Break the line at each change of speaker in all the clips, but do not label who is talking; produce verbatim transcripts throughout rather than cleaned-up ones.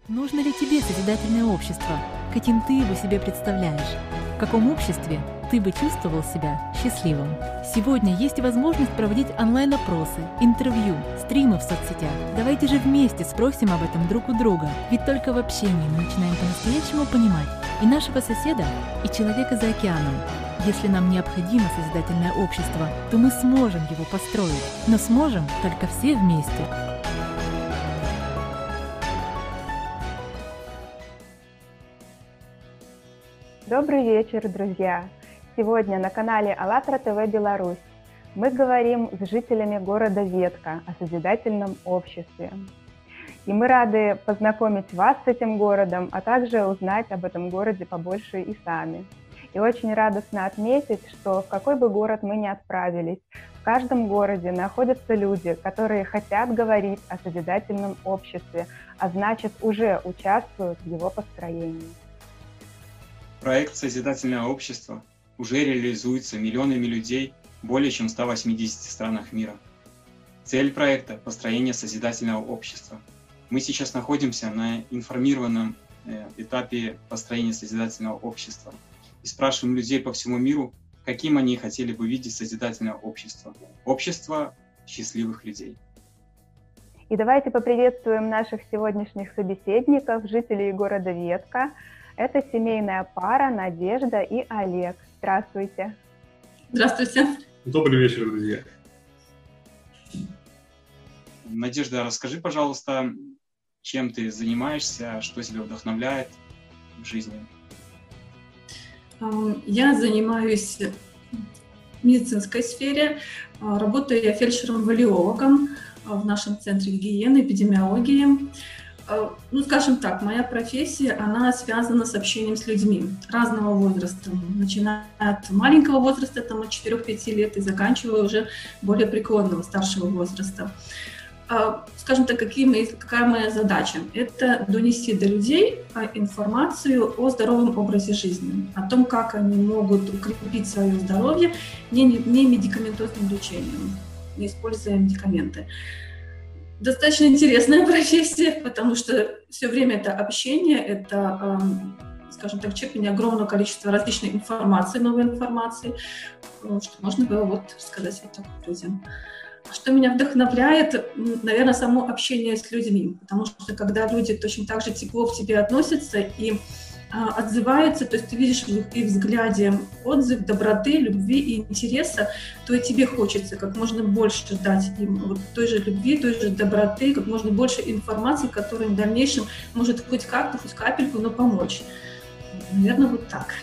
Нужно ли тебе созидательное общество? Каким ты его себе представляешь? В каком обществе ты бы чувствовал себя счастливым? Сегодня есть возможность проводить онлайн-опросы, интервью, стримы в соцсетях. Давайте же вместе спросим об этом друг у друга. Ведь только в общении мы начинаем по-настоящему понимать и нашего соседа, и человека за океаном. Если нам необходимо созидательное общество, то мы сможем его построить. Но сможем только все вместе.
Добрый вечер, друзья! Сегодня на канале АЛЛАТРА ТВ Беларусь мы говорим с жителями города Ветка о созидательном обществе. И мы рады познакомить вас с этим городом, а также узнать об этом городе побольше и сами. И очень радостно отметить, что в какой бы город мы ни отправились, в каждом городе находятся люди, которые хотят говорить о созидательном обществе, а значит уже участвуют в его построении.
Проект «Созидательное общество» уже реализуется миллионами людей более чем в ста восьмидесяти странах мира. Цель проекта – построение созидательного общества. Мы сейчас находимся на информированном этапе построения созидательного общества и спрашиваем людей по всему миру, каким они хотели бы видеть созидательное общество. Общество счастливых людей.
И давайте поприветствуем наших сегодняшних собеседников, жителей города Ветка. Это семейная пара Надежда и Олег. Здравствуйте.
Здравствуйте.
Добрый вечер, друзья.
Надежда, расскажи, пожалуйста, чем ты занимаешься, что тебя вдохновляет в жизни?
Я занимаюсь в медицинской сфере. Работаю я фельдшером-валиологом в нашем центре гигиены, эпидемиологии. Ну, скажем так, моя профессия, она связана с общением с людьми разного возраста, начиная от маленького возраста, там, от четырёх-пяти лет, и заканчивая уже более преклонного, старшего возраста. Скажем так, какие мои, какая моя задача? Это донести до людей информацию о здоровом образе жизни, о том, как они могут укрепить свое здоровье не, не медикаментозным лечением, не используя медикаменты. Достаточно интересная профессия, потому что все время это общение, это, скажем так, черпание огромного количества различной информации, новой информации, что можно было вот сказать вот так людям. Что меня вдохновляет, наверное, само общение с людьми, потому что когда люди точно так же тепло к тебе относятся и отзываются, то есть ты видишь в их взгляде отзыв доброты, любви и интереса, то и тебе хочется как можно больше дать им вот той же любви, той же доброты, как можно больше информации, которая в дальнейшем может хоть как-то, хоть капельку, но помочь. Наверное, вот так.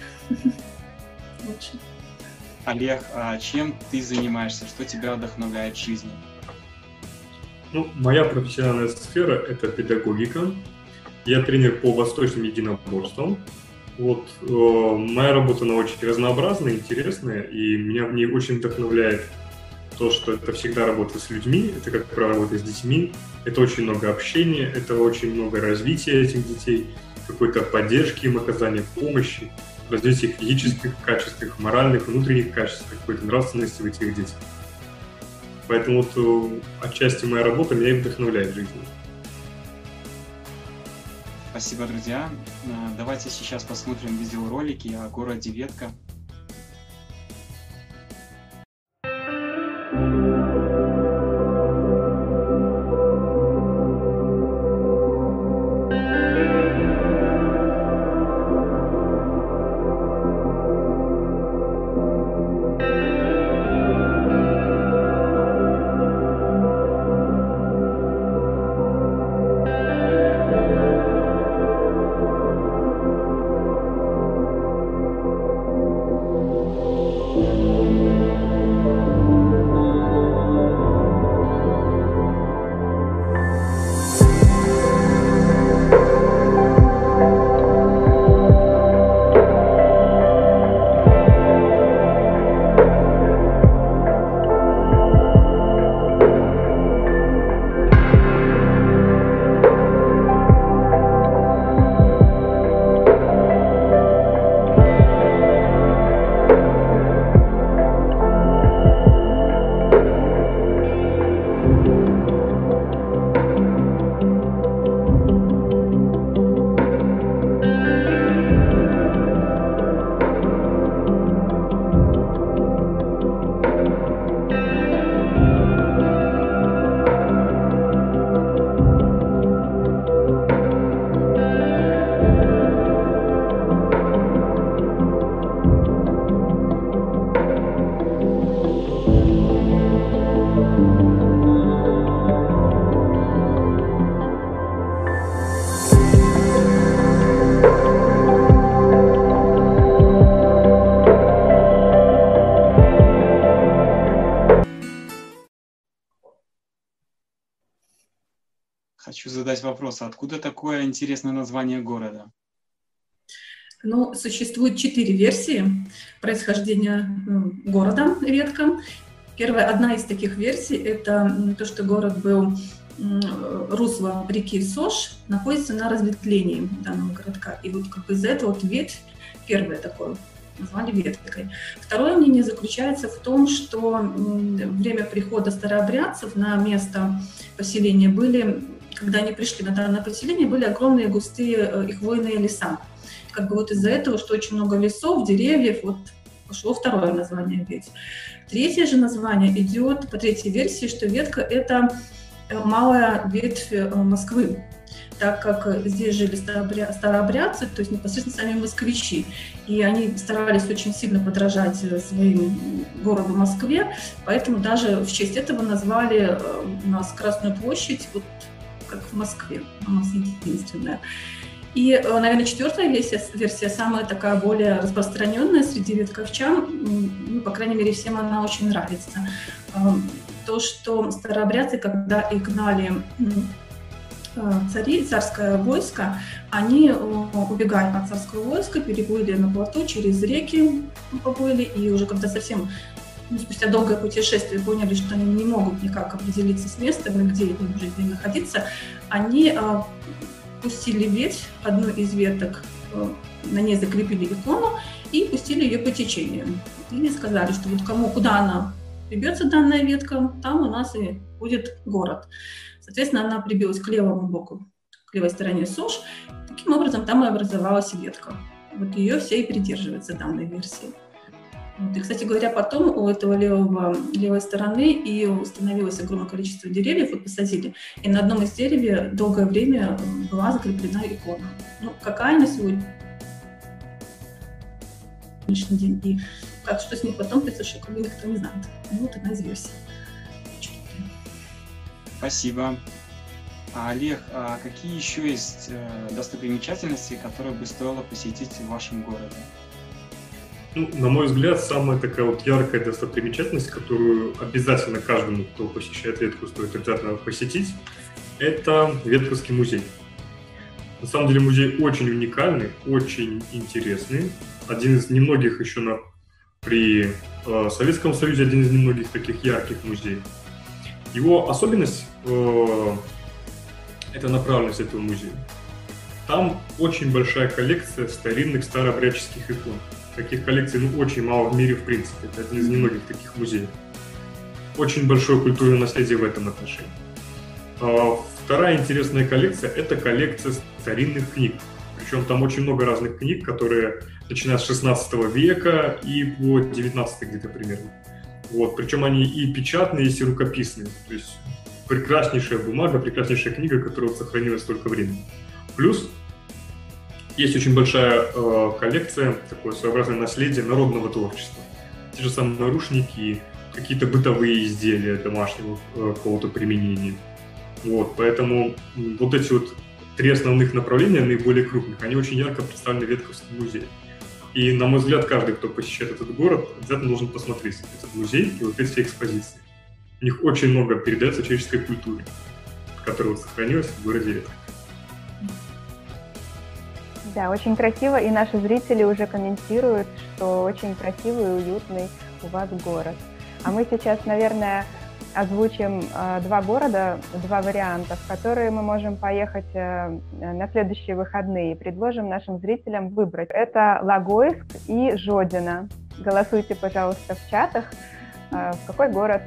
Олег, а чем ты занимаешься? Что тебя вдохновляет в жизни?
Ну, моя профессиональная сфера – это педагогика. Я тренер по восточным единоборствам. Вот, э, моя работа, она очень разнообразная, интересная, и меня в ней очень вдохновляет то, что это всегда работа с людьми, это, как правило, работа с детьми, это очень много общения, это очень много развития этих детей, какой-то поддержки им, оказания помощи, развития их физических качеств, их моральных, внутренних качеств, какой-то нравственности в этих детях. Поэтому вот, э, отчасти моя работа меня и вдохновляет в жизни.
Спасибо, друзья. Давайте сейчас посмотрим видеоролики о городе Ветка. хочу задать вопрос. Откуда такое интересное название города?
Ну, существует четыре версии происхождения города Ветка. Первая, одна из таких версий, это то, что город был русло реки Сош, находится на разветвлении данного городка. И вот как бы из-за этого вот ветвь, первое такое, назвали Веткой. Второе мнение заключается в том, что время прихода старообрядцев на место поселения были, когда они пришли на данное поселение, были огромные густые и хвойные леса. Как бы вот из-за этого, что очень много лесов, деревьев, вот пошло второе название ветвь. Третье же название идет по третьей версии, что Ветка — это малая ветвь Москвы, так как здесь жили старообрядцы, то есть непосредственно сами москвичи. И они старались очень сильно подражать своим городу Москве, поэтому даже в честь этого назвали у нас Красную площадь, вот как в Москве, у нас единственная. И, наверное, четвертая версия, версия самая такая более распространенная среди ветковчан, ну, по крайней мере, всем она очень нравится. То, что старообрядцы, когда их гнали цари, царское войско, они убегали от царского войска, переплыли на плоту через реки, поплыли, и уже когда совсем, ну, спустя долгое путешествие поняли, что они не могут никак определиться с местом, где им уже где находиться, они пустили ветвь, одну из веток, на ней закрепили икону и пустили ее по течению. И сказали, что вот кому, куда она прибьется, данная ветка, там у нас и будет город. Соответственно, она прибилась к левому боку, к левой стороне Сош. Таким образом, там и образовалась ветка. Вот ее все и придерживаются данной версии. Вот. И, кстати говоря, потом у этого левого, левой стороны и установилось огромное количество деревьев, вот посадили. И на одном из деревьев долгое время была закреплена икона. Ну, какая она сегодня? Сегодняшний день. И как, что с ней потом произошло, как бы никто не знает. Ну, вот одна из версий.
Спасибо. А, Олег, а какие еще есть э, достопримечательности, которые бы стоило посетить в вашем городе?
Ну, на мой взгляд, самая такая вот яркая достопримечательность, которую обязательно каждому, кто посещает Ветку, стоит обязательно посетить, это Ветковский музей. На самом деле музей очень уникальный, очень интересный. Один из немногих еще на, при э, Советском Союзе, один из немногих таких ярких музеев. Его особенность э, – это направленность этого музея. Там очень большая коллекция старинных старообрядческих икон. Таких коллекций ну, очень мало в мире в принципе. Это один из немногих таких музеев. Очень большое культурное наследие в этом отношении. Э, вторая интересная коллекция – это коллекция старинных книг. Причем там очень много разных книг, которые начиная с шестнадцатого века и по девятнадцатый где-то примерно. Вот, причем они и печатные, и рукописные. То есть прекраснейшая бумага, прекраснейшая книга, которая сохранилась столько времени. Плюс есть очень большая э, коллекция, такое своеобразное наследие народного творчества. Те же самые рушники, какие-то бытовые изделия домашнего э, какого-то применения. Вот, поэтому вот эти вот три основных направления, наиболее крупных, они очень ярко представлены в Ветковском музее. И, на мой взгляд, каждый, кто посещает этот город, обязательно должен посмотреть этот музей и вот эти экспозиции. У них очень много передается человеческой культуре, которая вот сохранилась в городе Ветка.
Да, очень красиво, и наши зрители уже комментируют, что очень красивый и уютный у вас город. А мы сейчас, наверное, озвучим э, два города, два варианта, в которые мы можем поехать э, на следующие выходные. Предложим нашим зрителям выбрать. Это Логойск и Жодино. Голосуйте, пожалуйста, в чатах. Э, в какой город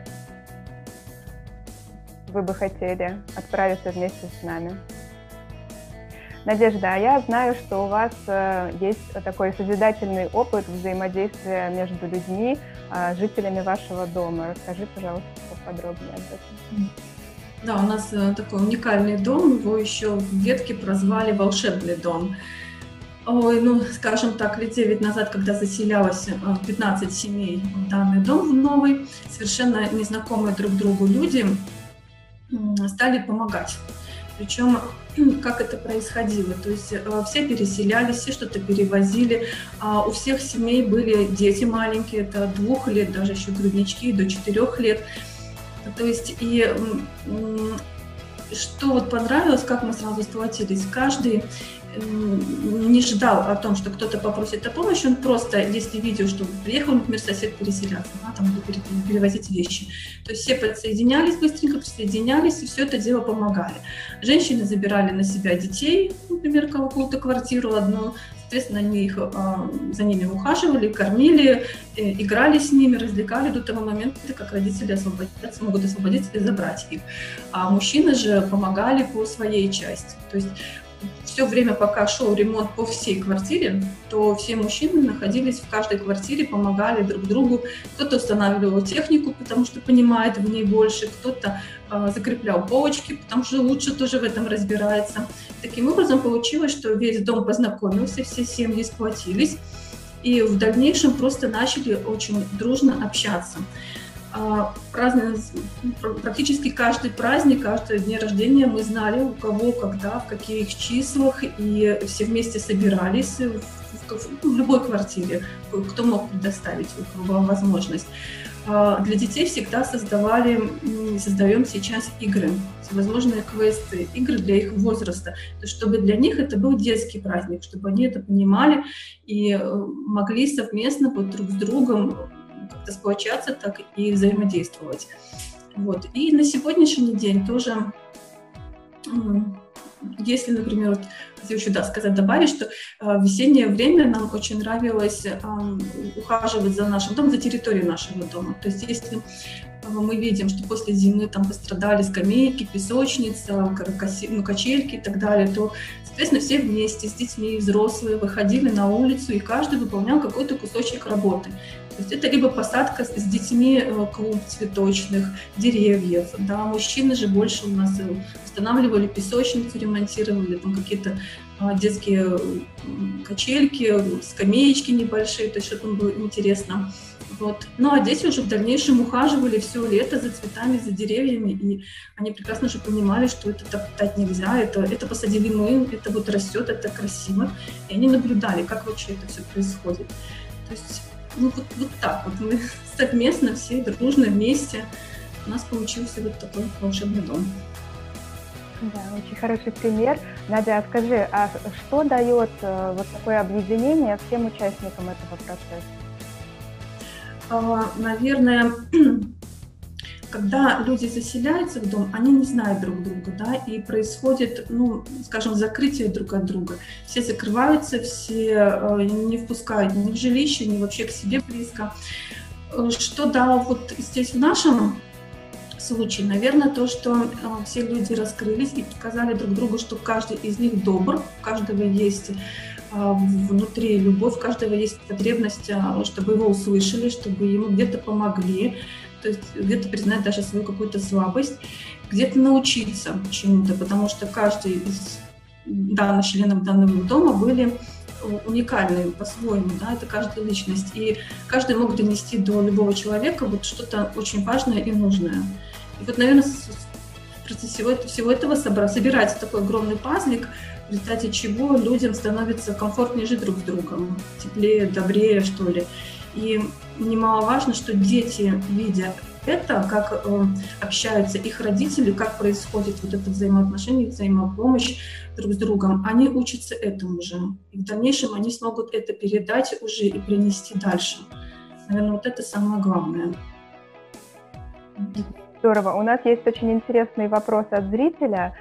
вы бы хотели отправиться вместе с нами? Надежда, а я знаю, что у вас э, есть такой созидательный опыт взаимодействия между людьми, э, жителями вашего дома. Расскажи, пожалуйста, поподробнее об этом.
Да, у нас э, такой уникальный дом, его еще в Ветке прозвали «Волшебный дом». Ой, ну, скажем так, лет девять назад, когда заселялось пятнадцать семей в данный дом в новый, совершенно незнакомые друг другу люди э, стали помогать. Причем, как это происходило, то есть все переселялись, все что-то перевозили, у всех семей были дети маленькие, это от двух лет, даже еще груднички, до четырех лет. То есть и что вот понравилось, как мы сразу сплотились. Каждый не ждал о том, что кто-то попросит о помощи, он просто, если видел, что приехал, например, сосед переселяться, да, там перевозить вещи, то есть все подсоединялись, быстренько присоединялись, и все это дело помогали. Женщины забирали на себя детей, например, какую-то квартиру одну, соответственно, они их, за ними ухаживали, кормили, играли с ними, развлекали до того момента, как родители освободятся, могут освободиться и забрать их. А мужчины же помогали по своей части. То есть все время, пока шел ремонт по всей квартире, то все мужчины находились в каждой квартире, помогали друг другу. Кто-то устанавливал технику, потому что понимает в ней больше, кто-то э, закреплял полочки, потому что лучше тоже в этом разбирается. Таким образом получилось, что весь дом познакомился, все семьи сплотились и в дальнейшем просто начали очень дружно общаться. Праздник, практически каждый праздник, каждый день рождения мы знали, у кого, когда, в каких числах, и все вместе собирались в, в, в любой квартире, кто мог предоставить, у кого была возможность. Для детей всегда создавали, создаем сейчас игры, всевозможные квесты, игры для их возраста, чтобы для них это был детский праздник, чтобы они это понимали и могли совместно вот друг с другом как-то сплочаться, так и взаимодействовать. Вот. И на сегодняшний день тоже, если, например, вот, хотела еще да, сказать, добавить, что в весеннее время нам очень нравилось ухаживать за нашим домом, за территорией нашего дома. То есть если мы видим, что после зимы там пострадали скамейки, песочница, ну, качельки и так далее, то, соответственно, все вместе с детьми, взрослые выходили на улицу, и каждый выполнял какой-то кусочек работы. То есть это либо посадка с детьми клумб цветочных, деревьев, да, мужчины же больше у нас устанавливали песочницу, ремонтировали там какие-то детские качельки, скамеечки небольшие, то есть чтобы им было интересно. Вот. Ну а дети уже в дальнейшем ухаживали все лето за цветами, за деревьями, и они прекрасно же понимали, что это топтать нельзя, это, это посадили мы, это вот растет, это красиво, и они наблюдали, как вообще это все происходит. То есть ну, вот, вот так вот мы совместно, все дружно, вместе, у нас получился вот такой волшебный дом.
Да, очень хороший пример. Надя, а скажи, а что дает вот такое объединение всем участникам этого процесса?
Наверное, когда люди заселяются в дом, они не знают друг друга, да, и происходит, ну, скажем, закрытие друг от друга. Все закрываются, все не впускают ни в жилище, ни вообще к себе близко. Что дало вот здесь в нашем случае? Наверное, то, что все люди раскрылись и показали друг другу, что каждый из них добр, у каждого есть внутри любовь, у каждого есть потребность, чтобы его услышали, чтобы ему где-то помогли, то есть где-то признать даже свою какую-то слабость, где-то научиться чему-то, потому что каждый из данных членов данного дома были уникальны по-своему, да, это каждая личность, и каждый мог донести до любого человека вот что-то очень важное и нужное. И вот, наверное, в процессе всего, всего этого собирается такой огромный пазлик, в результате чего людям становится комфортнее жить друг с другом, теплее, добрее, что ли. И немаловажно, что дети, видя это, как э, общаются их родители, как происходит вот это взаимоотношение, взаимопомощь друг с другом, они учатся этому же. И в дальнейшем они смогут это передать уже и принести дальше. Наверное, вот это самое главное.
Здорово. У нас есть очень интересный вопрос от зрителя.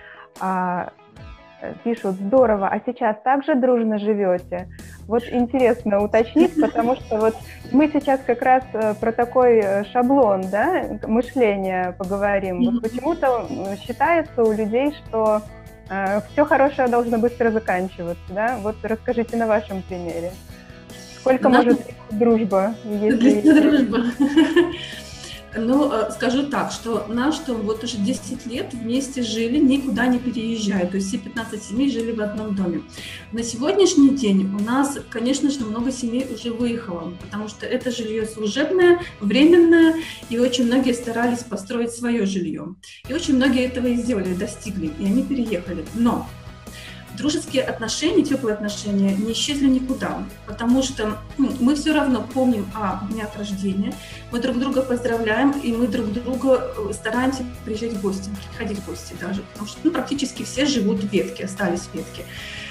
Пишут: здорово, а сейчас также дружно живете? Вот интересно уточнить, потому что вот мы сейчас как раз про такой шаблон, да, мышления поговорим. Вот почему-то считается у людей, что э, все хорошее должно быстро заканчиваться, да? Вот расскажите на вашем примере. Сколько
Надо...
может длиться дружба? Если...
Дружба. Ну, скажу так, что наш дом вот уже десять лет вместе жили, никуда не переезжая, то есть все пятнадцать семей жили в одном доме. На сегодняшний день у нас, конечно же, много семей уже выехало, потому что это жилье служебное, временное, и очень многие старались построить свое жилье. И очень многие этого и сделали, достигли, и они переехали. Но дружеские отношения, теплые отношения не исчезли никуда, потому что мы все равно помним о днях рождения, мы друг друга поздравляем, и мы друг друга стараемся приезжать в гости, приходить в гости даже, потому что ну, практически все живут в ветке, остались в ветке.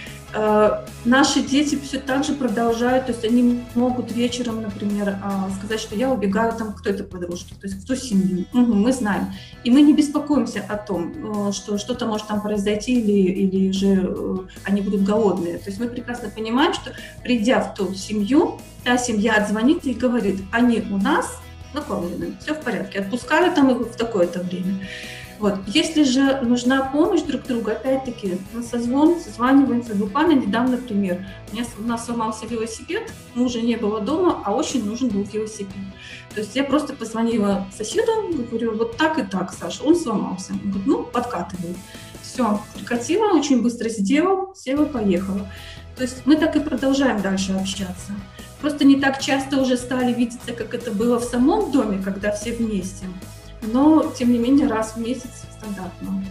Наши дети все так же продолжают, то есть они могут вечером, например, сказать, что я убегаю там к той-то подружке, то есть в ту семью. Угу, мы знаем. И мы не беспокоимся о том, что что-то может там произойти или, или же они будут голодные. То есть мы прекрасно понимаем, что придя в ту семью, та семья отзвонит и говорит, они у нас накормлены, все в порядке, отпускали там их в такое-то время. Вот. Если же нужна помощь друг друга, опять-таки, на созвон, созваниваемся. Буквально недавно, например, у, меня, у нас сломался велосипед, мужа не было дома, а очень нужен был велосипед. То есть я просто позвонила соседу, говорю, вот так и так, Саша, он сломался. Он говорит, ну, подкатывай. Все, прикатила, очень быстро сделал, села, поехала. То есть мы так и продолжаем дальше общаться. Просто не так часто уже стали видеться, как это было в самом доме, когда все вместе. Но, тем не менее, раз в месяц стандартно.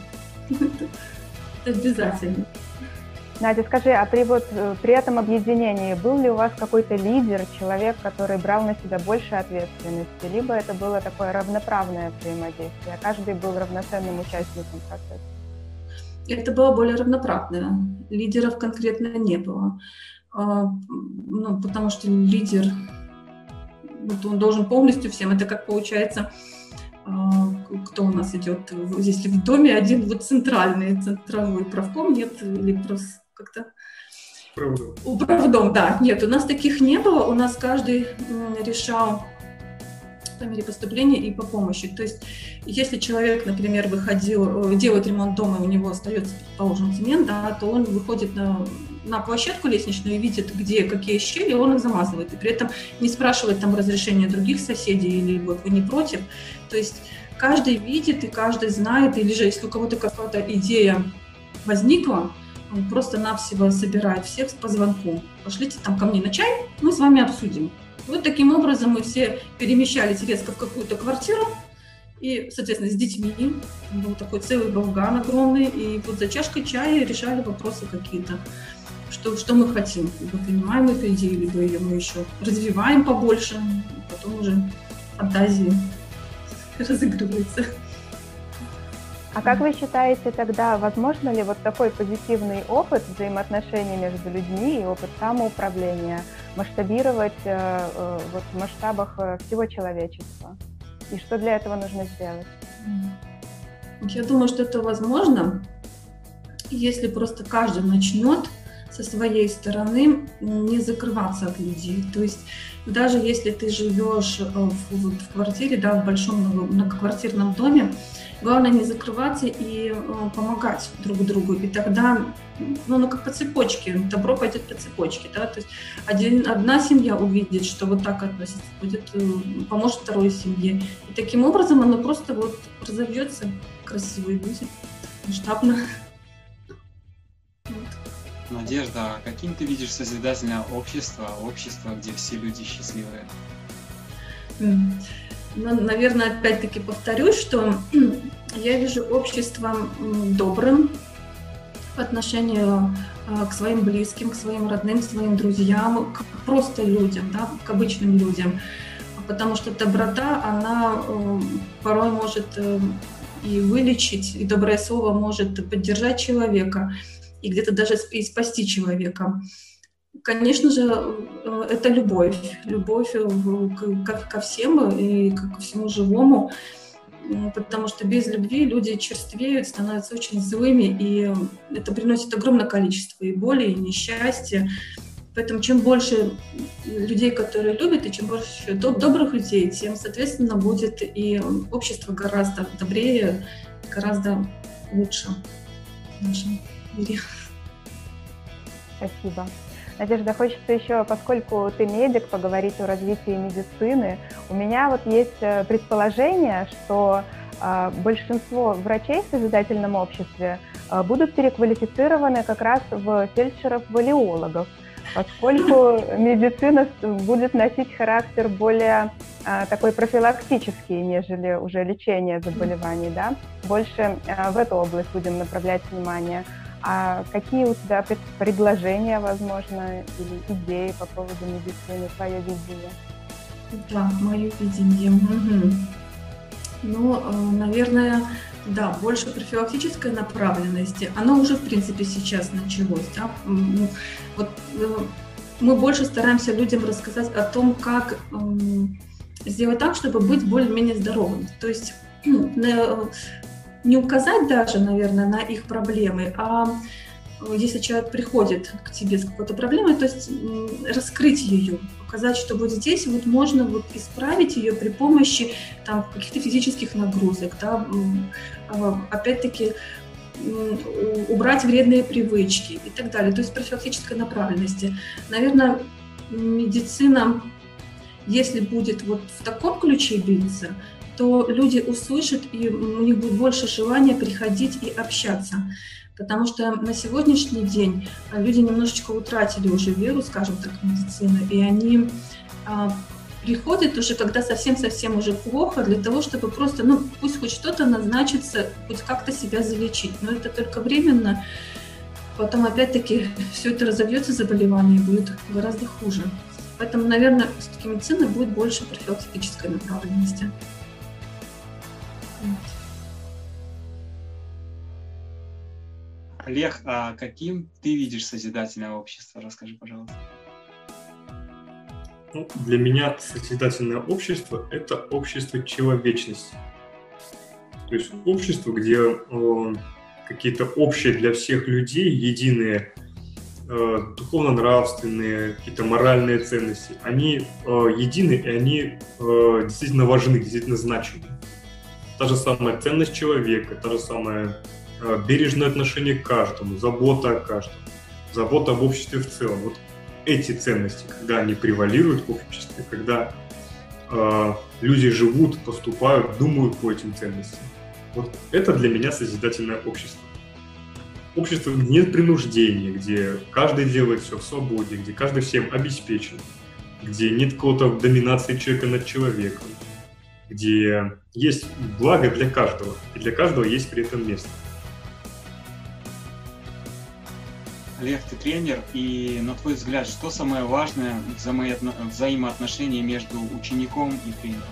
Это обязательно.
Надя, скажи, а при, вот, при этом объединении был ли у вас какой-то лидер, человек, который брал на себя больше ответственности, либо это было такое равноправное взаимодействие, каждый был равноценным участником процесса?
Это было более равноправное. Лидеров конкретно не было. Ну, потому что лидер, вот он должен полностью всем, это как получается... Кто у нас идет, если в доме один вот центральный, центровой правком, нет, или просто как-то...
Правдом.
Управдом, да, нет, у нас таких не было, у нас каждый решал по мере поступления и по помощи. То есть, если человек, например, выходил, делает ремонт дома, и у него остается, предположим, цемент, да, то он выходит на, на площадку лестничную и видит, где какие щели, он их замазывает. И при этом не спрашивает там разрешения других соседей или вот вы не против. То есть каждый видит и каждый знает, или же если у кого-то какая-то идея возникла, он просто-навсего собирает всех по звонку. Пошлите там ко мне на чай, мы с вами обсудим. Вот таким образом мы все перемещались резко в какую-то квартиру, и, соответственно, с детьми, был такой целый балаган огромный, и вот за чашкой чая решали вопросы какие-то, что, что мы хотим. Либо принимаем эту идею, либо ее мы еще развиваем побольше, потом уже фантазии разыгрывается.
А как вы считаете тогда, возможно ли вот такой позитивный опыт взаимоотношений между людьми и опыт самоуправления масштабировать э, э, вот в масштабах всего человечества? И что для этого нужно сделать?
Я думаю, что это возможно, если просто каждый начнет со своей стороны не закрываться от людей. То есть даже если ты живешь в, в квартире, да, в большом многоквартирном доме, главное не закрываться и помогать друг другу. И тогда, ну, ну как по цепочке, добро пойдет по цепочке. Да? То есть один, одна семья увидит, что вот так относится, будет, поможет второй семье. И таким образом оно просто вот разовьется красиво и будет масштабно.
Надежда, а каким ты видишь созидательное общество, общество, где все люди счастливые?
Ну, наверное, опять-таки повторюсь, что я вижу общество добрым по отношению к своим близким, к своим родным, к своим друзьям, к просто людям, да, к обычным людям. Потому что доброта, она порой может и вылечить, и доброе слово может поддержать человека, и где-то даже и спасти человека. Конечно же, это любовь. Любовь ко, ко всем и ко всему живому, потому что без любви люди черствеют, становятся очень злыми, и это приносит огромное количество и боли, и несчастья. Поэтому чем больше людей, которые любят, и чем больше добрых людей, тем, соответственно, будет и общество гораздо добрее, гораздо лучше в нашем мире.
Спасибо. Надежда, хочется еще, поскольку ты медик, поговорить о развитии медицины. У меня вот есть предположение, что э, большинство врачей в созидательном обществе э, будут переквалифицированы как раз в фельдшеров-валиологов, поскольку медицина будет носить характер более э, такой профилактический, нежели уже лечение заболеваний, да? Больше э, в эту область будем направлять внимание. А какие у тебя предложения, возможно, или идеи по поводу медицины, твое видение?
Да, мое видение. Угу. Ну, наверное, да, больше профилактической направленности. Оно уже, в принципе, сейчас началось. Да? Вот мы больше стараемся людям рассказать о том, как сделать так, чтобы быть более-менее здоровым. То есть ну, не указать даже, наверное, на их проблемы, а если человек приходит к тебе с какой-то проблемой, то есть раскрыть ее, показать, что вот здесь вот можно вот исправить ее при помощи там, каких-то физических нагрузок, да, опять-таки убрать вредные привычки и так далее, то есть профилактической направленности. Наверное, медицина, если будет вот в таком ключе биться, то люди услышат, и у них будет больше желания приходить и общаться. Потому что на сегодняшний день люди немножечко утратили уже веру, скажем так, в медицину, и они а, приходят уже, когда совсем-совсем уже плохо, для того, чтобы просто, ну, пусть хоть что-то назначится, хоть как-то себя залечить. Но это только временно. Потом, опять-таки, все это разовьется заболевание и будет гораздо хуже. Поэтому, наверное, все-таки медицина будет больше профилактической направленности.
Олег, а каким ты видишь созидательное общество? Расскажи, пожалуйста.
Ну, для меня созидательное общество – это общество человечности. То есть общество, где э, какие-то общие для всех людей, единые э, духовно-нравственные, какие-то моральные ценности, они э, едины и они э, действительно важны, действительно значимы. Та же самая ценность человека, та же самая бережное отношение к каждому, забота о каждом, забота об обществе в целом. Вот эти ценности, когда они превалируют в обществе, когда э, люди живут, поступают, думают по этим ценностям. Вот это для меня созидательное общество. Общество, где нет принуждения, где каждый делает все в свободе, где каждый всем обеспечен, где нет какого-то доминации человека над человеком, где есть благо для каждого, и для каждого есть при этом место.
Олег, ты тренер, и на твой взгляд, что самое важное в взаимоотношении между учеником и тренером?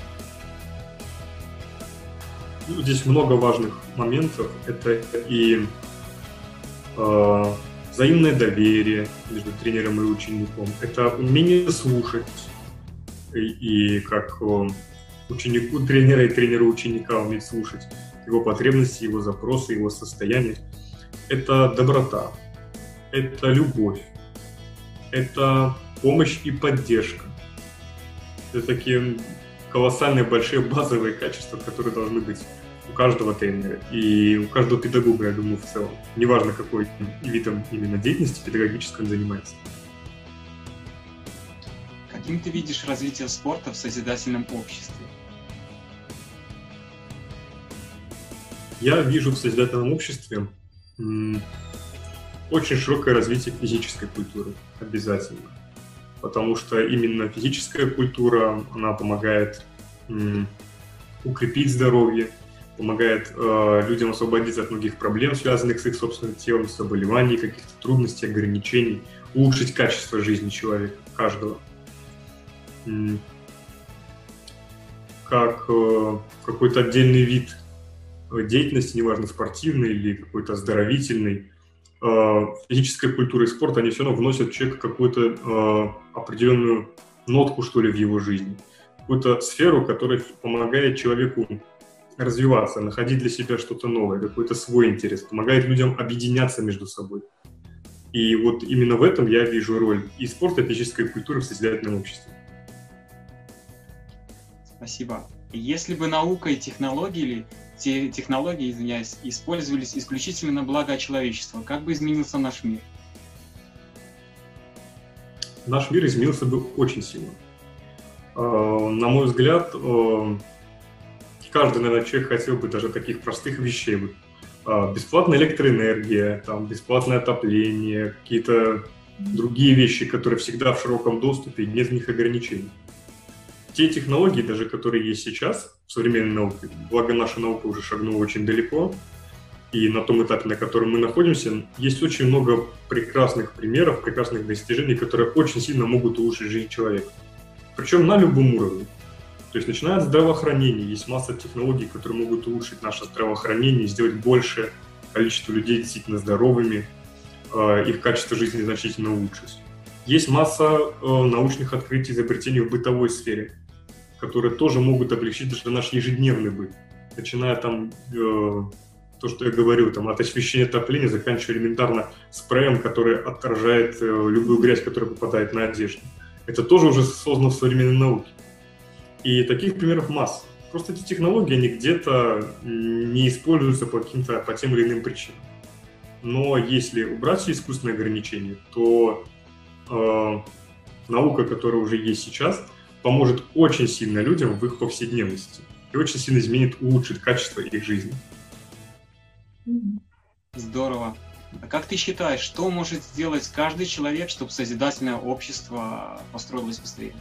Ну, здесь много важных моментов. Это и э, взаимное доверие между тренером и учеником, это умение слушать, и, и как э, ученику тренера и тренеру ученика уметь слушать его потребности, его запросы, его состояние. Это доброта. Это любовь, это помощь и поддержка. Это такие колоссальные, большие базовые качества, которые должны быть у каждого тренера и у каждого педагога, я думаю, в целом. Неважно, какой видом именно деятельности педагогической он занимается.
Каким ты видишь развитие спорта в созидательном обществе?
Я вижу в созидательном обществе м- очень широкое развитие физической культуры, обязательно. Потому что именно физическая культура, она помогает м, укрепить здоровье, помогает э, людям освободиться от многих проблем, связанных с их собственным телом, заболеваний, каких-то трудностей, ограничений, улучшить качество жизни человека, каждого. М, как э, какой-то отдельный вид деятельности, неважно, спортивный или какой-то оздоровительный, физическая культура и спорт, они все равно вносят в человека какую-то э, определенную нотку, что ли, в его жизни. Какую-то сферу, которая помогает человеку развиваться, находить для себя что-то новое, какой-то свой интерес, помогает людям объединяться между собой. И вот именно в этом я вижу роль и спорта, и физической культуры в созидательном обществе.
Спасибо. Если бы наука и технологии, те технологии, извиняюсь, использовались исключительно на благо человечества, как бы изменился наш мир?
Наш мир изменился бы очень сильно. На мой взгляд, каждый, наверное, человек хотел бы даже таких простых вещей. Бесплатная электроэнергия, там, бесплатное отопление, какие-то другие вещи, которые всегда в широком доступе, нет в них ограничений. Те технологии, даже которые есть сейчас в современной науке, благо наша наука уже шагнула очень далеко, и на том этапе, на котором мы находимся, есть очень много прекрасных примеров, прекрасных достижений, которые очень сильно могут улучшить жизнь человека. Причем на любом уровне. То есть начиная от здравоохранения, есть масса технологий, которые могут улучшить наше здравоохранение, сделать большее количество людей действительно здоровыми, их качество жизни значительно улучшить. Есть масса научных открытий, изобретений в бытовой сфере, которые тоже могут облегчить даже наш ежедневный быт. Начиная там то, что я говорил, там, от освещения отопления, заканчивая элементарно спреем, который отражает любую грязь, которая попадает на одежду. Это тоже уже создано в современной науке. И таких примеров масса. Просто эти технологии, они где-то не используются по каким-то, по тем или иным причинам. Но если убрать все искусственные ограничения, то э, наука, которая уже есть сейчас, поможет очень сильно людям в их повседневности и очень сильно изменит, улучшит качество их жизни.
Здорово. А как ты считаешь, что может сделать каждый человек, чтобы созидательное общество построилось быстрее?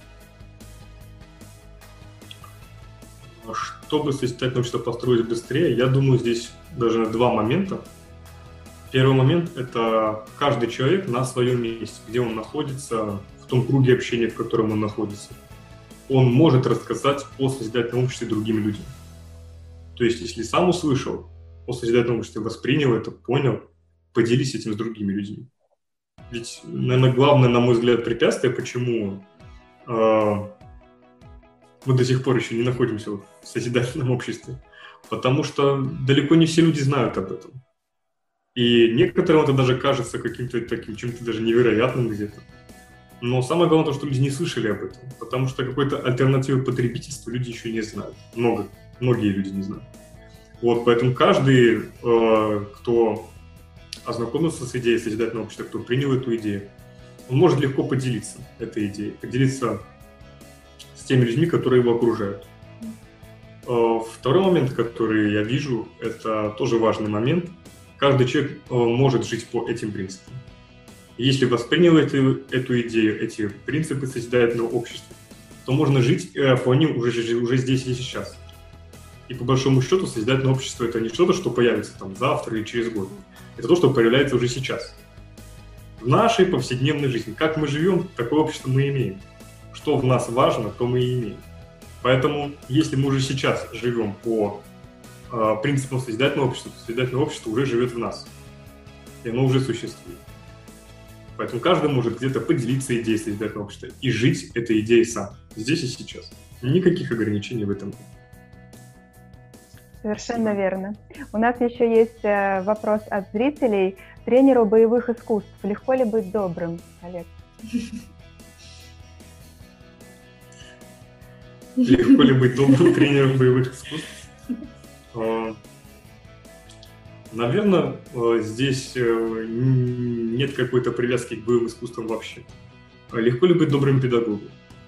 Чтобы созидательное общество построить быстрее, я думаю, здесь даже два момента. Первый момент – это каждый человек на своем месте, где он находится, в том круге общения, в котором он находится. Он может рассказать о созидательном обществе другим людям. То есть, если сам услышал о созидательном обществе, воспринял это, понял, поделись этим с другими людьми. Ведь, наверное, главное, на мой взгляд, препятствие, почему э, мы до сих пор еще не находимся в созидательном обществе, потому что далеко не все люди знают об этом. И некоторым это даже кажется каким-то таким, чем-то даже невероятным где-то. Но самое главное то, что люди не слышали об этом, потому что какой-то альтернативы потребительству люди еще не знают. Много, многие люди не знают. Вот, поэтому каждый, э, кто ознакомился с идеей созидательного общества, кто принял эту идею, он может легко поделиться этой идеей, поделиться с теми людьми, которые его окружают. Э, второй момент, который я вижу, это тоже важный момент. Каждый человек э, может жить по этим принципам. Если воспринял эту, эту идею, эти принципы созидательного общества, то можно жить э, по ним уже, уже здесь и сейчас. И по большому счету созидательное общество – это не что-то, что появится там завтра или через год. Это то, что появляется уже сейчас. В нашей повседневной жизни. Как мы живем, такое общество мы имеем. Что в нас важно, то мы и имеем. Поэтому, если мы уже сейчас живем по э, принципам созидательного общества, то созидательное общество уже живет в нас. И оно уже существует. Поэтому каждый может где-то поделиться идеей созидательного общества и жить этой идеей сам, здесь и сейчас. Никаких ограничений в этом нет.
Совершенно верно. У нас еще есть вопрос от зрителей. Тренеру боевых искусств легко ли быть добрым, Олег?
Легко ли быть добрым тренером боевых искусств? Наверное, здесь нет какой-то привязки к боевым искусствам вообще. Легко ли быть добрым педагогом?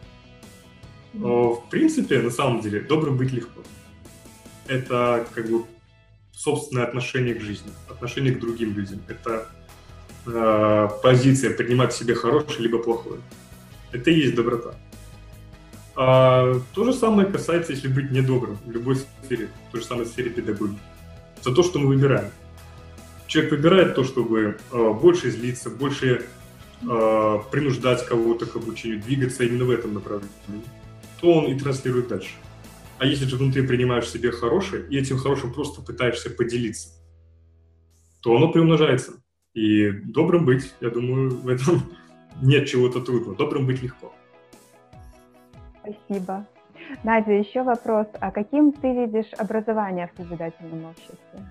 В принципе, на самом деле, добрым быть легко. Это как бы собственное отношение к жизни, отношение к другим людям. Это э, позиция принимать в себе хорошее либо плохое. Это и есть доброта. А то же самое касается, если быть недобрым в любой сфере, в той же самой сфере педагогики. За то, что мы выбираем. Человек выбирает то, чтобы э, больше злиться, больше э, принуждать кого-то к обучению, двигаться именно в этом направлении, то он и транслирует дальше. А если же внутри принимаешь себе хорошее, и этим хорошим просто пытаешься поделиться, то оно приумножается. И добрым быть, я думаю, в этом нет чего-то трудного. Добрым быть легко.
Спасибо. Надя, еще вопрос. А каким ты видишь образование в созидательном обществе?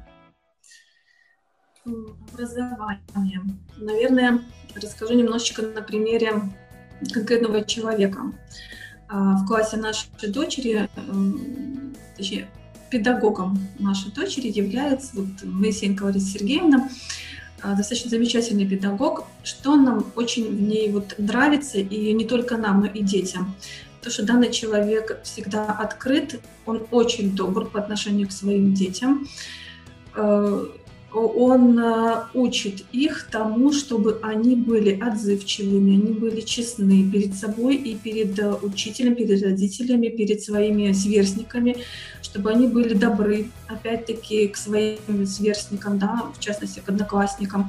Образование. Наверное, расскажу немножечко на примере конкретного человека. В классе нашей дочери, точнее, педагогом нашей дочери является вот Моисеенко Лариса Сергеевна, достаточно замечательный педагог, что нам очень в ней вот нравится, и не только нам, но и детям. То, что данный человек всегда открыт, он очень добр по отношению к своим детям. он учит их тому, чтобы они были отзывчивыми, они были честны перед собой и перед учителем, перед родителями, перед своими сверстниками, чтобы они были добры, опять-таки, к своим сверстникам, да, в частности, к одноклассникам,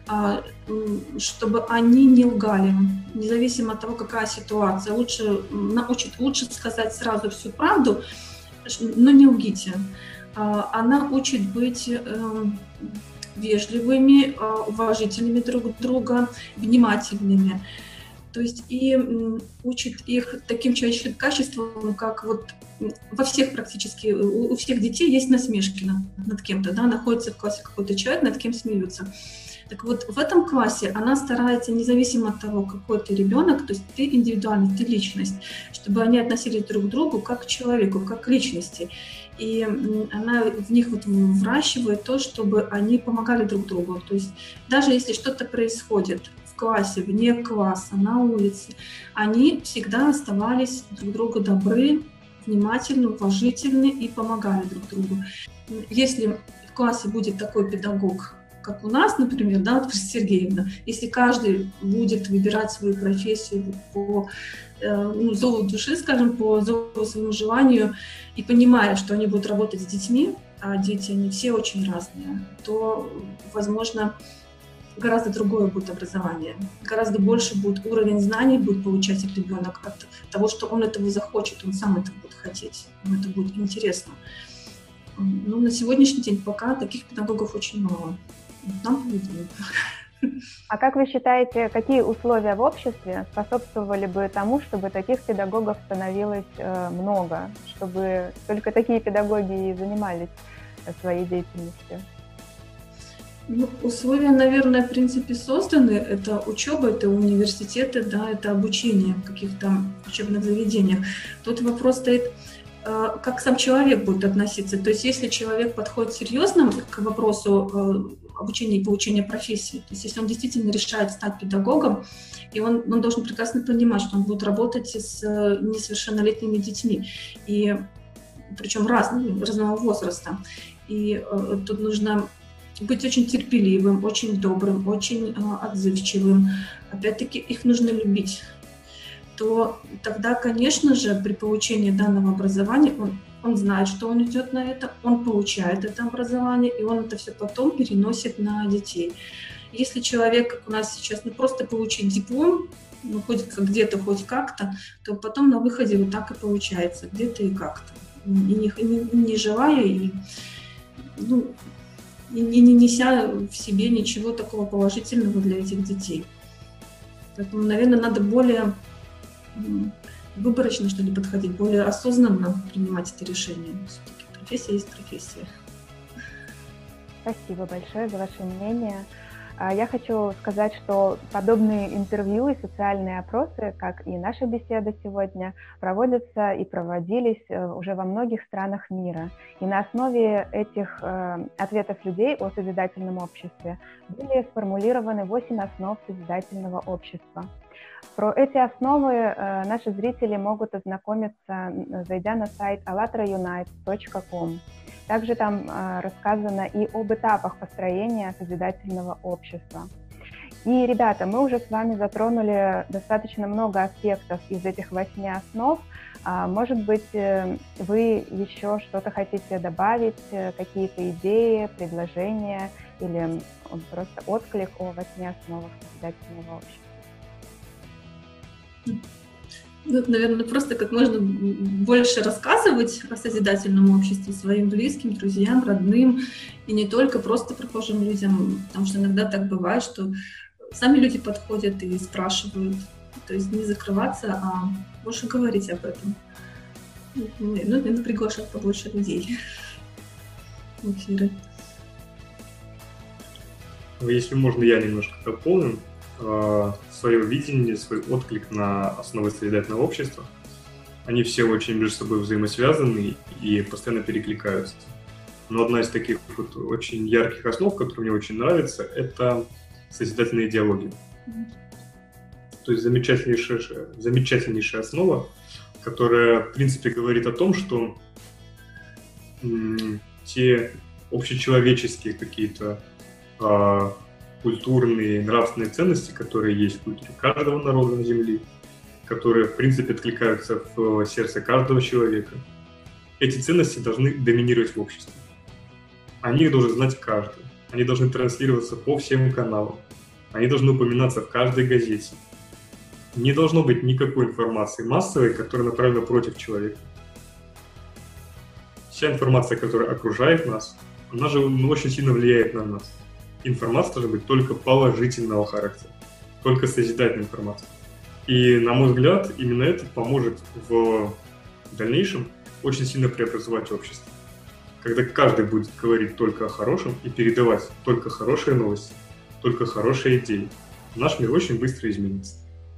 чтобы они не лгали, независимо от того, какая ситуация. Лучше научить, лучше сказать сразу всю правду, но не лгите. Она учит быть вежливыми, уважительными друг друга, внимательными. То есть и учит их таким человеческим качествам, как вот во всех практически, у всех детей есть насмешки над, над кем-то, да, находится в классе какой-то человек, над кем смеются. Так вот, в этом классе она старается, независимо от того, какой ты ребенок, то есть ты индивидуальность, ты личность, чтобы они относились друг к другу как к человеку, как к личности. И она в них вот выращивает то, чтобы они помогали друг другу. То есть даже если что-то происходит в классе, вне класса, на улице, они всегда оставались друг другу добры, внимательны, уважительны и помогали друг другу. Если в классе будет такой педагог, как у нас, например, да, вот Сергеевна, если каждый будет выбирать свою профессию по э, ну, зову души, скажем, по зову своему желанию, и понимая, что они будут работать с детьми, а дети, они все очень разные, то, возможно, гораздо другое будет образование, гораздо больше будет уровень знаний будет получать ребенок от того, что он этого захочет, он сам это будет хотеть, ему это будет интересно. Но на сегодняшний день пока таких педагогов очень мало. Нам повезло.
А как вы считаете, какие условия в обществе способствовали бы тому, чтобы таких педагогов становилось э, много, чтобы только такие педагоги и занимались э, своей деятельностью?
Ну, условия, наверное, в принципе созданы. Это учеба, это университеты, да, это обучение в каких-то учебных заведениях. Тут вопрос стоит, как сам человек будет относиться. То есть если человек подходит серьезно к вопросу обучения и получения профессии, то есть если он действительно решает стать педагогом, и он, он должен прекрасно понимать, что он будет работать с несовершеннолетними детьми, и причем разными, разного возраста. И э, тут нужно быть очень терпеливым, очень добрым, очень э, отзывчивым. Опять-таки их нужно любить. То тогда, конечно же, при получении данного образования он, он знает, что он идет на это, он получает это образование, и он это все потом переносит на детей. Если человек, как у нас сейчас, ну просто получить диплом, ну хоть где-то, хоть как-то, то потом на выходе вот так и получается, где-то и как-то. И не, не, не желая, и, ну, и не, не неся в себе ничего такого положительного для этих детей. Поэтому, наверное, надо более выборочно, что ли, подходить, более осознанно принимать это решение. Все-таки профессия есть профессия.
Спасибо большое за ваше мнение. Я хочу сказать, что подобные интервью и социальные опросы, как и наша беседа сегодня, проводятся и проводились уже во многих странах мира. И на основе этих ответов людей о созидательном обществе были сформулированы восемь основ созидательного общества. Про эти основы э, наши зрители могут ознакомиться, зайдя на сайт аллатра юнайт точка ком. Также там э, рассказано и об этапах построения созидательного общества. И, ребята, мы уже с вами затронули достаточно много аспектов из этих восьми основ. А, может быть, э, вы еще что-то хотите добавить, э, какие-то идеи, предложения или э, просто отклик о восьми основах созидательного общества?
Ну, наверное, просто как можно больше рассказывать о созидательном обществе своим близким, друзьям, родным, и не только просто прохожим людям, потому что иногда так бывает, что сами люди подходят и спрашивают, то есть не закрываться, а больше говорить об этом. Ну, наверное, приглашать побольше людей в эфиры.
Если можно, я немножко дополню. Свое видение, свой отклик на основы созидательного общества. Они все очень между собой взаимосвязаны и постоянно перекликаются. Но одна из таких вот очень ярких основ, которая мне очень нравится, это созидательная идеология. То есть замечательнейшая, замечательнейшая основа, которая, в принципе, говорит о том, что м- те общечеловеческие какие-то э, культурные, нравственные ценности, которые есть в культуре каждого народа на Земле, которые, в принципе, откликаются в сердце каждого человека. Эти ценности должны доминировать в обществе. Они их должен знать каждый. Они должны транслироваться по всем каналам. Они должны упоминаться в каждой газете. Не должно быть никакой информации массовой, которая направлена против человека. Вся информация, которая окружает нас, она же очень сильно влияет на нас. Информация должна быть только положительного характера, только созидательная информация. И, на мой взгляд, именно это поможет в дальнейшем очень сильно преобразовать общество. Когда каждый будет говорить только о хорошем и передавать только хорошие новости, только хорошие идеи, наш мир очень быстро изменится.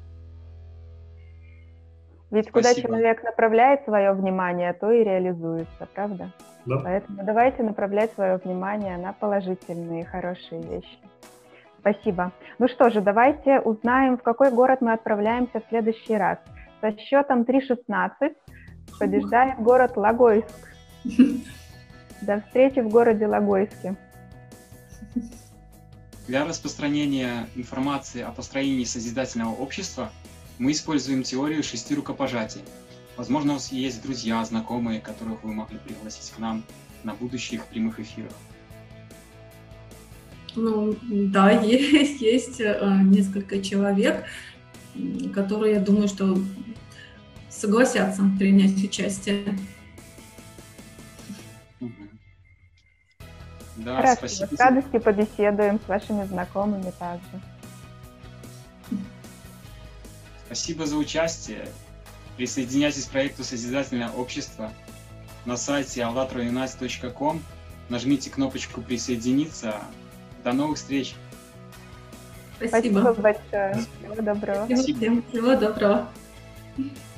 Ведь куда
Спасибо.
человек направляет свое внимание, то и реализуется, правда?
Да?
Поэтому давайте направлять свое внимание на положительные, хорошие вещи. Спасибо. Ну что же, давайте узнаем, в какой город мы отправляемся в следующий раз. Со счетом три шестнадцать побеждает город Логойск. До встречи в городе Логойске.
Для распространения информации о построении созидательного общества мы используем теорию шести рукопожатий. Возможно, у вас есть друзья, знакомые, которых вы могли пригласить к нам на будущих прямых эфирах.
Ну, да, есть, есть э, несколько человек, которые, я думаю, что согласятся принять участие.
Да,
Хорошо,
спасибо.
с радостью побеседуем с вашими знакомыми также.
Спасибо за участие. Присоединяйтесь к проекту «Созидательное общество» на сайте allatra united точка com. Нажмите кнопочку «Присоединиться». До новых встреч.
Спасибо.
Спасибо большое. Всего доброго.
Спасибо всем. Всего доброго.